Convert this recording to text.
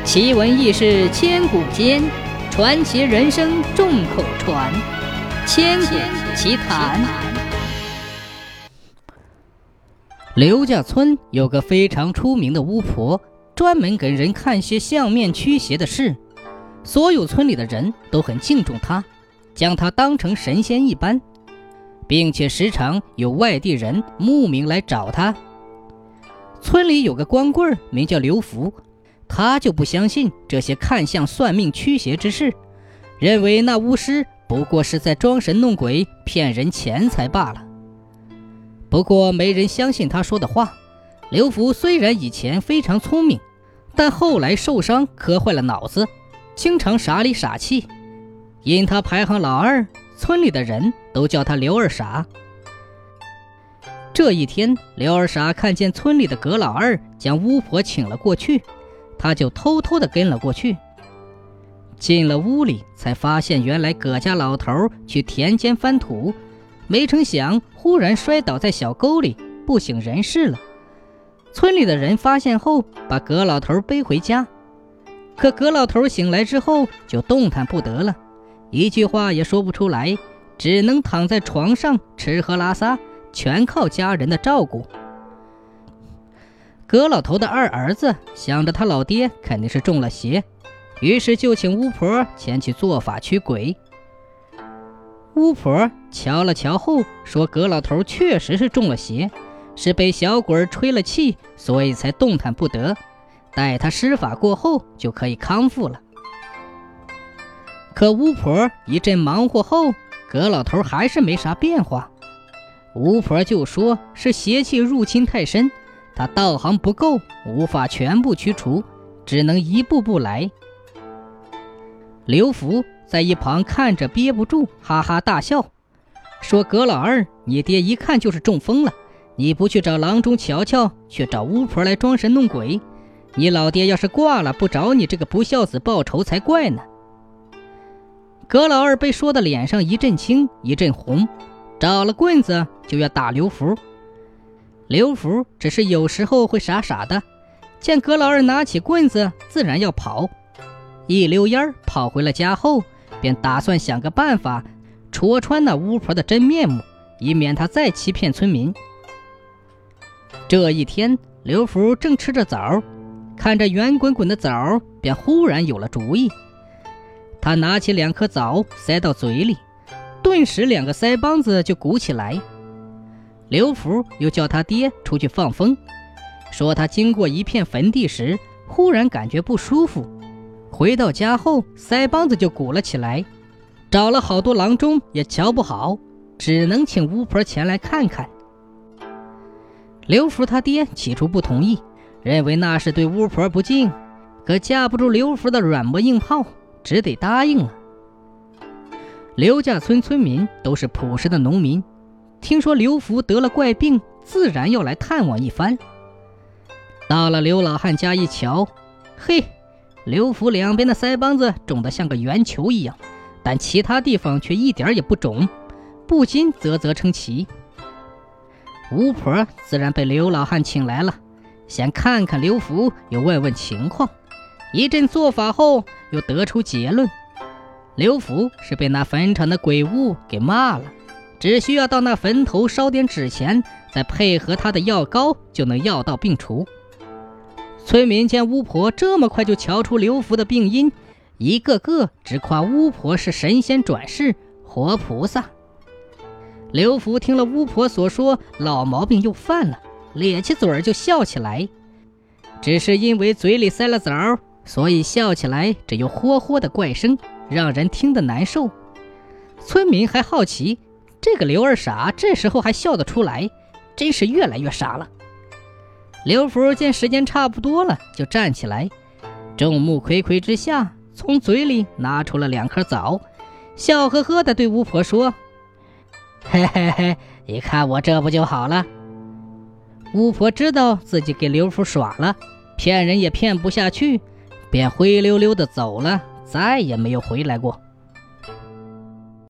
奇闻异事千古间，传奇人生众口传。千古奇谈。刘家村有个非常出名的巫婆，专门给人看些相面驱邪的事。所有村里的人都很敬重她，将她当成神仙一般，并且时常有外地人慕名来找她。村里有个光棍名叫刘福，他就不相信这些看相算命驱邪之事，认为那巫师不过是在装神弄鬼骗人钱财罢了。不过没人相信他说的话。刘福虽然以前非常聪明，但后来受伤磕坏了脑子，经常傻里傻气。因他排行老二，村里的人都叫他刘二傻。这一天，刘二傻看见村里的葛老二将巫婆请了过去，他就偷偷地跟了过去。进了屋里，才发现原来葛家老头去田间翻土，没成想忽然摔倒在小沟里，不省人事了。村里的人发现后，把葛老头背回家。可葛老头醒来之后就动弹不得了，一句话也说不出来，只能躺在床上吃喝拉撒，全靠家人的照顾。葛老头的二儿子想着他老爹肯定是中了邪，于是就请巫婆前去做法驱鬼。巫婆瞧了瞧后说，葛老头确实是中了邪，是被小鬼吹了气，所以才动弹不得，待他施法过后就可以康复了。可巫婆一阵忙活后，葛老头还是没啥变化。巫婆就说是邪气入侵太深，他道行不够，无法全部驱除，只能一步步来。刘福在一旁看着憋不住，哈哈大笑，说葛老二，你爹一看就是中风了，你不去找郎中瞧瞧，却找巫婆来装神弄鬼，你老爹要是挂了不找你这个不孝子报仇才怪呢。葛老二被说的脸上一阵青一阵红，找了棍子就要打刘福。刘福只是有时候会傻傻的，见葛老二拿起棍子自然要跑，一溜烟跑回了家后，便打算想个办法戳穿那巫婆的真面目，以免她再欺骗村民。这一天，刘福正吃着枣，看着圆滚滚的枣，便忽然有了主意。他拿起2颗枣塞到嘴里，顿时2个腮帮子就鼓起来。刘福又叫他爹出去放风，说他经过一片坟地时忽然感觉不舒服，回到家后腮帮子就鼓了起来，找了好多郎中也瞧不好，只能请巫婆前来看看。刘福他爹起初不同意，认为那是对巫婆不敬，可架不住刘福的软磨硬泡，只得答应了。刘家村村民都是朴实的农民，听说刘福得了怪病，自然要来探望一番。到了刘老汉家一瞧，嘿，刘福两边的腮帮子肿得像个圆球一样，但其他地方却一点也不肿，不禁啧啧称奇。巫婆自然被刘老汉请来了，先看看刘福，又问问情况。一阵做法后，又得出结论，刘福是被那坟场的鬼物给骂了，只需要到那坟头烧点纸钱，再配合他的药膏，就能药到病除。村民见巫婆这么快就瞧出刘福的病因，一个个直夸巫婆是神仙转世，活菩萨。刘福听了巫婆所说，老毛病又犯了，咧起嘴就笑起来。只是因为嘴里塞了枣，所以笑起来只有豁豁的怪声，让人听得难受。村民还好奇，这个刘二傻这时候还笑得出来，真是越来越傻了。刘福见时间差不多了，就站起来，众目睽睽之下，从嘴里拿出了2颗枣，笑呵呵地对巫婆说，嘿嘿嘿，你看我这不就好了。巫婆知道自己给刘福耍了，骗人也骗不下去，便灰溜溜地走了，再也没有回来过。